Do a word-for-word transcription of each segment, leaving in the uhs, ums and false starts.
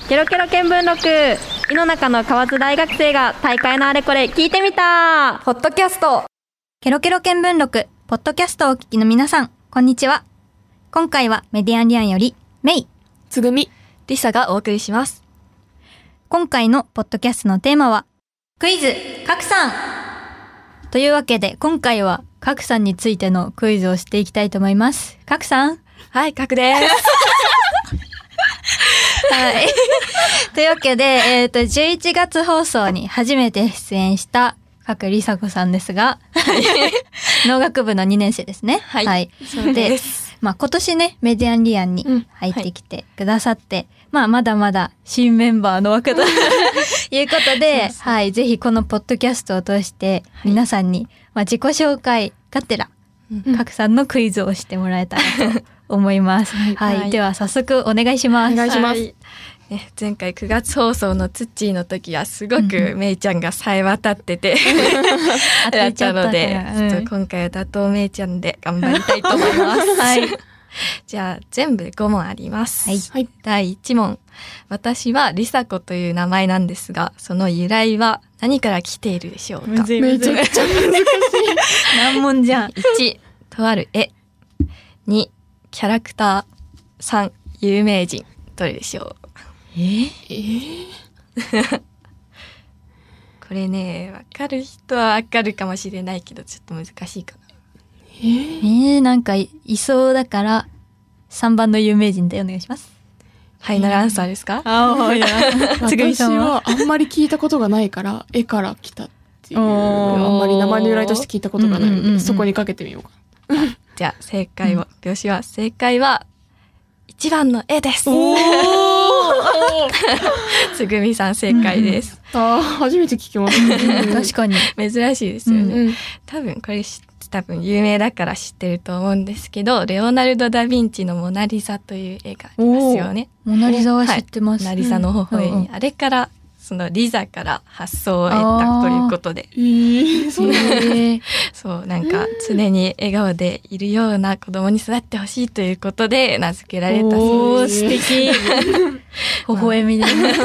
ケロケロ見聞録、井の中の河津大学生が大会のあれこれ聞いてみたポッドキャスト。 ケロケロ見聞録ポッドキャストをお聞きの皆さん、こんにちは。今回はメディアンリアンよりメイ、 つぐみ、 リサがお送りします。 今回のポッドキャストのテーマはクイズカクさんというわけで、今回はカクさんについてのクイズをしていきたいと思います。カクさん。 はい、カクですはい。というわけで、えっと、じゅういちがつ放送に初めて出演した角梨紗子さんですが、農学部のにねん生ですね。 はい。 はい、 そうです。 で、まあ今年ね、メディアンリアンに入ってきてくださって、うんはい、まあまだまだ新メンバーの枠ということで、そうそうはい、ぜひこのポッドキャストを通して皆さんに、まあ自己紹介がてら、角さんのクイズをしてもらえたらと思います。はい、はいはい、では早速お願いします。 お願いします。 はいね、前回くがつ放送のツッチーの時はすごくめいちゃんがさえ渡っててだったので、うん、ちょっと今回は打倒めいちゃんで頑張りたいと思います。はい。じゃあ全部ご問あります。はい。だいいち問。私はりさ子という名前なんですが、その由来は何から来ているでしょうか。 めちゃくちゃ難しい。 難問じゃん。 いち、とある絵。に、キャラクター。さん、有名人。どれでしょう。 えー、 えー、 これね、わかる人はわかるかもしれないけどちょっと難しいかな。 えー、えー、なんかいそうだからさんばんの有名人でお願いします。 ファイナルアンサーですか？ ああ、いや私はあんまり聞いたことがないから絵から来たっていう、あんまり名前の由来として聞いたことがないので、うんうんうんうん、そこにかけてみようかな。 じゃあ正解を、表紙は正解はいちばんの絵です。 おーつぐみさん正解です。 うん、ああ、初めて聞きました、 ね。確かに。 珍しいですよね。うん、多分これ多分有名だから知ってると思うんですけど、レオナルド・ダ・ヴィンチのモナリザという絵がありますよね。 モナリザは知ってます。 はい、モナリザの微笑み、うん、あれからそのリザから発想を得たということで、 えー、そうね。 そうなんか常に笑顔でいるような子供に育ってほしいということで名付けられたそうです。 素敵。微笑みで、ね。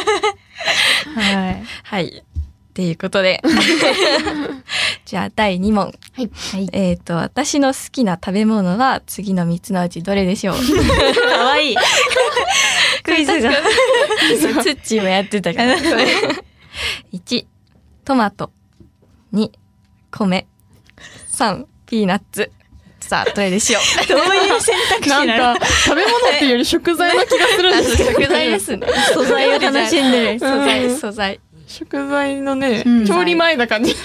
はいはいっていうことでじゃあだいに問。はい、えっ、ー、と私の好きな食べ物は次のみっつのうちどれでしょう。 かわいい。クイズがツッチーもやってたからいちトマト、に米、さんピーナッツ。さあどれでしょう。 どういう選択肢なの。 なんか食べ物っていうより食材の気がするんですけど、 食材ですね。 素材を楽しんでる。 素材素材食材のね、うん、調理前な感じ。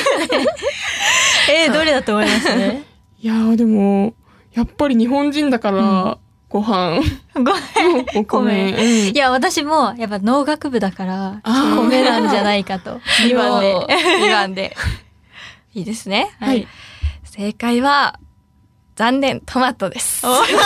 えー、どれだと思いますね。 いやーでもやっぱり日本人だから、うんご飯、 ご飯、 お米、うん、 いや私もやっぱ農学部だから米なんじゃないかと。 にばんでにばんでいいですね。はい。正解は残念トマトです。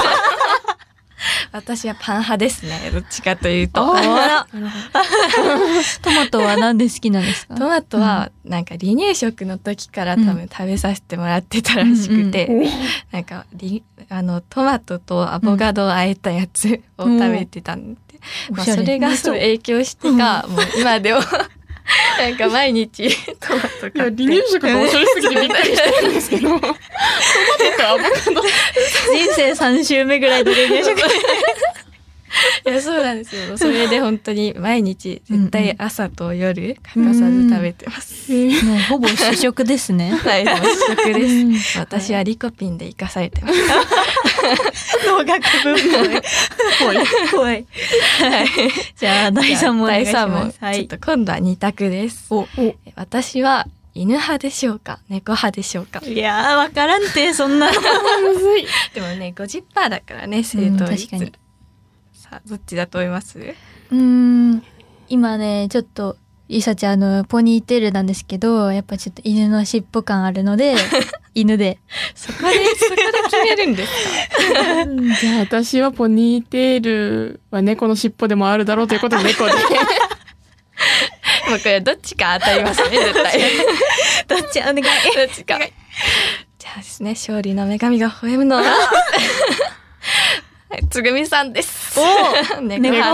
私はパン派ですね。どっちかというと。 トマトはなんで好きなんですか？ トマトはなんか離乳食の時から多分食べさせてもらってたらしくて、うんうん、なんかあのトマトとアボカドを和えたやつを食べてたんで、うんまあ、それがそう影響してか、もう今でもなんか毎日トマト買って。いや離乳食がおしゃれすぎてびっくりしてるんですけどトマトとアボカド人生さん週目ぐらいで離乳食いやそうなんですよ。それで本当に毎日絶対朝と夜欠かさず食べてます。 うんうん、もうほぼ主食ですね。 はい、主食です。私はリコピンで生かされてます。 農学部っぽい。ぽい。はい。じゃあだいさん問お願いします。 はい、ちょっと今度はに択です。おお私は犬派でしょうか猫派でしょうか。 いやーわからんてそんな。 むずい。 でもね ごじゅっパーセント だからね正答率。うん、確かに。どっちだと思います？ うーん今ねちょっとリサちゃんのポニーテールなんですけど、やっぱちょっと犬の尻尾感あるので犬でそこでそこで決めるんですか？ じゃあ私はポニーテールは猫の尻尾でもあるだろうということで猫でもうこれどっちか当たりますね絶対。 どっちお願い。どっちか。じゃあですね勝利の女神が微笑むのはつぐみさんです。 お猫派です。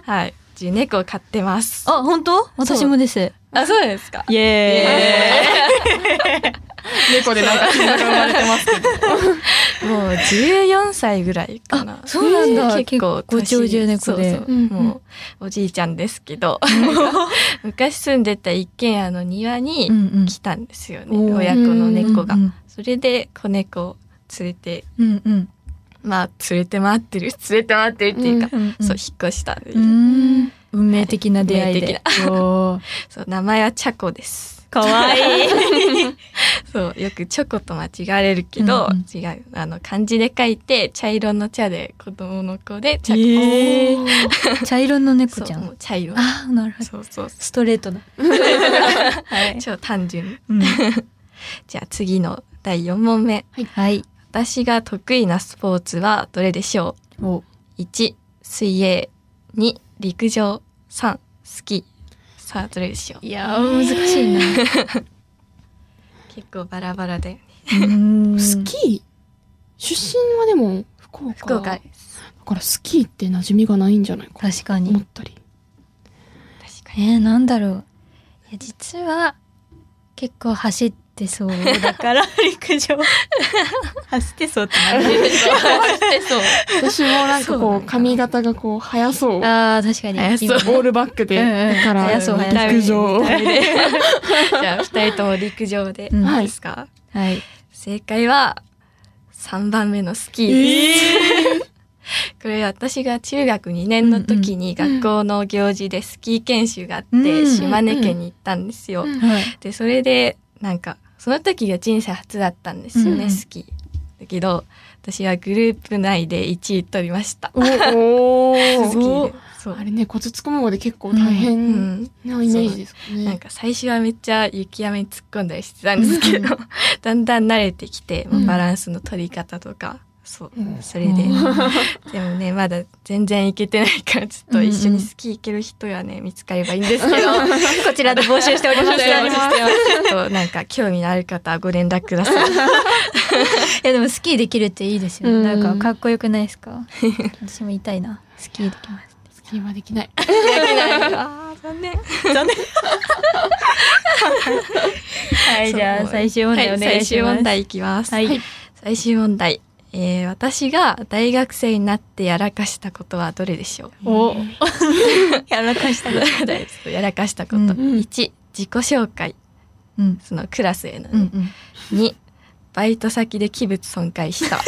はい。うち猫を飼ってます。 あ、本当？私もです。 あ、そうですか。 イエーイ。 猫でなんか絆が生まれてますけど。もうじゅうよんさいぐらいかな。 そうなんだ。 結構ご長寿猫で。 そうそう、もうおじいちゃんですけど、昔住んでた一軒家の庭に来たんですよね。うんうん、親子の猫が。うんうん、それで子猫を連れて、 うんうん、 まあ連れて回ってる連れて回ってるっていうか、うんうんうん、そう引っ越したんで。 うん運命的な出会いで。 そう名前はチャコです。 かわいい。 そうよくチョコと間違われるけど、うんうん、違うあの漢字で書いて茶色の茶で子供の子でチャコ。 えー、茶色の猫ちゃん。 そう茶色。 あなるほど。 そうそうストレートな。 はい、超単純。うん、じゃあ次のだいよん問目。 はい。 私が得意なスポーツはどれでしょう？おいち水泳、に陸上、さんスキー。さあどれでしょう？ いや難しいな。 結構バラバラで、 ね、スキー出身はでも福岡。 福岡です。 だからスキーって馴染みがないんじゃないか。 確かに。 思ったり。 確かに。えー、なんだろう。いや実は結構走ってそうだから陸上走ってそうってなる。走ってそう。 私もなんかこう髪型がこう速そう。 ああ確かに。 速そう。オールバックで、うんうん、だから速そう陸上。 じゃあ二人とも陸上で、うん、いいですか？ はい。 正解はさんばんめのスキーです。えーこれ私が中学にねんの時に学校の行事でスキー研修があって、うんうん、島根県に行ったんですよ、うんうん、でそれでなんかその時が人生初だったんですよね、うん、スキーだけど私はグループ内でいちい取りました。おースキーでそうあれねコツつくもので結構大変なイメージですかね、うんうん、 なんか最初はめっちゃ雪山に突っ込んだりしてたんですけどだんだん慣れてきて、バランスの取り方とかそう、うん、それででもねまだ全然行けてないからちょっと一緒にスキー行ける人がね見つかればいいんですけどこちらで募集しております。 ちょっとなんか興味のある方はご連絡ください。いやでもスキーできるっていいですよね、うん、なんかかっこよくないですか？私も言いたいな。スキーできます。 スキーはできない。 できないあ残念残念はいじゃあ最終問題お願いします、はい、 最終問題いきます、はい、最終問題えー、私が大学生になってやらかしたことはどれでしょう？ おやらかしたことやらかしたこと、うん、いち自己紹介、うん、そのクラスへの、ねうんうん、にバイト先で器物損壊した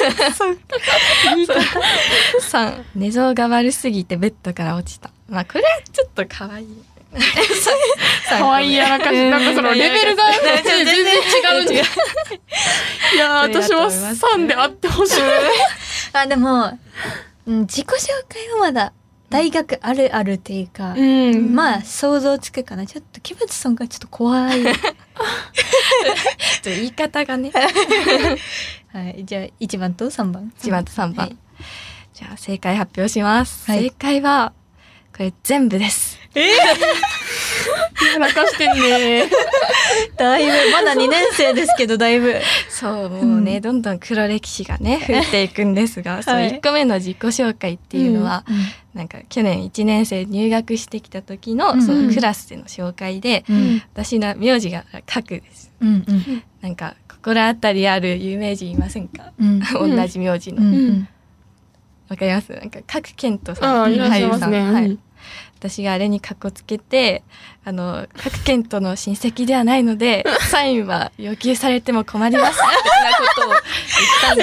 さん寝相が悪すぎてベッドから落ちた。まあこれはちょっとかわいいかわいいやらかし、なんかそのレベルが全然違うんで。いや私もさんであってほしい。 あでも、うん、自己紹介はまだ大学あるあるっていうか、うん、まあ想像つくかな。ちょっと器物損壊ちょっと怖い。ちょっと言い方がね。 はい、じゃあいちばんとさんばん。 いちばんとさんばん。はい、じゃあ正解発表します。はい、正解はこれ全部です。 えー、やらかしてんね。 だいぶまだにねん生ですけどだいぶそうもうね、うん、どんどん黒歴史がね増えていくんですが、はい、そういっこめの自己紹介っていうのは、うん、なんか去年いちねん生入学してきた時の、うん、そのクラスでの紹介で、うん、私の名字が書くです、うんうん、なんか心当たりある有名人いませんか、うん、同じ名字の、うんうん、わかります？なんか賀来賢人さん、俳優さん、はい、私があれにカッコつけて、あの賀来賢人の親戚ではないのでサインは要求されても困りますみたいなことを言ったん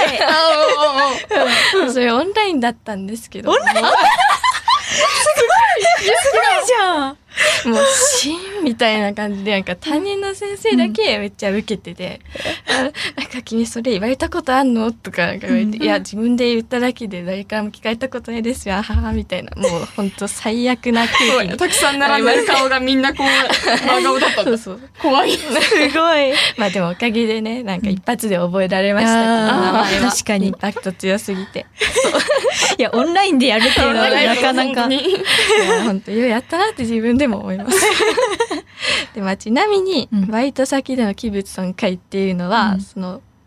ですよ。それオンラインだったんですけど、オンラインすごいすごいじゃん。 もうシーンみたいな感じでなんか担任の先生だけめっちゃ受けてて、うん、なんか君それ言われたことあんのとかなんか言われて、うん、いや自分で言っただけで誰からも聞かれたことないですよははみたいな、もうほんと最悪な空気にたくさん並んでる顔がみんなこう真顔だったんだ。そうそう怖いすごいまあでもおかげでねなんか一発で覚えられましたけど、うん、 確かにインパクト強すぎていやオンラインでやるっていうのはなかなかいや本当ようやったなって自分でも思いますで、まあ、ちなみに、うん、バイト先での器物損壊っていうのは、うん、その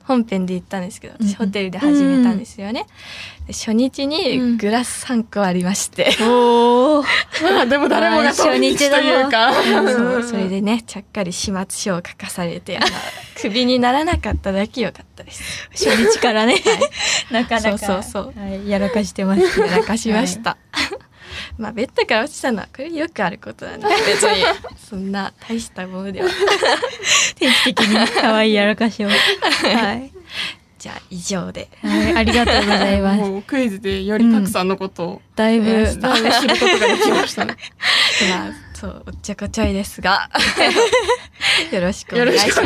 本編で行ったんですけど、私ホテルで始めたんですよね。うん、で初日にグラスさんこありまして。 うん、おー。 まあでも誰もが初日というか。 そう、それでね、ちゃっかり始末書を書かされて、あの、クビにならなかっただけよかったです。 初日からね。はい、なかなか。 そうそうそう。 はい、やらかしてます。 やらかしました。はいまあベッドから落ちたのはこれよくあることなんで別にそんな大したものでは定期的に可愛いやらかしを、はい、 じゃあ以上で、 はい、ありがとうございます。 もうクイズでよりたくさんのことを、うん、 だいぶだいぶ知ることができましたね。 まあそうおっちょこちょいですがよろしくお願いします。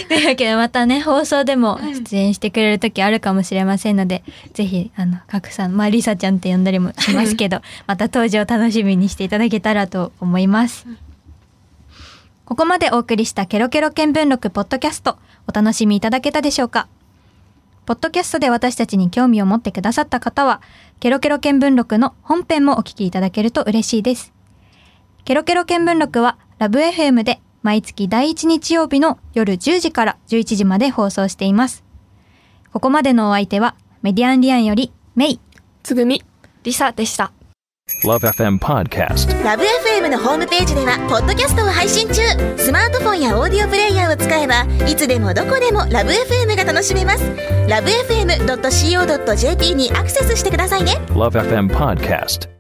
というわけでまたね放送でも出演してくれる時あるかもしれませんので、うん、ぜひあの賀来さん、まあリサちゃんって呼んだりもしますけどまた登場楽しみにしていただけたらと思います。うん、ここまでお送りしたケロケロ見聞録ポッドキャスト、お楽しみいただけたでしょうか。ポッドキャストで私たちに興味を持ってくださった方はケロケロ見聞録の本編もお聞きいただけると嬉しいです。ケロケロ見聞録はラブ エフエム で毎月だいいち日曜日の夜じゅうじからじゅういちじまで放送しています。ここまでのお相手はメディアンリアンよりメイ、 つぐみ、 リサでした。 Love エフエム Podcast。 ラブ エフエム のホームページではポッドキャストを配信中。スマートフォンやオーディオプレイヤーを使えばいつでもどこでもラブ エフエム が楽しめます。ラブ エフエムドットシーオードットジェーピー にアクセスしてくださいね。 Love エフエム Podcast。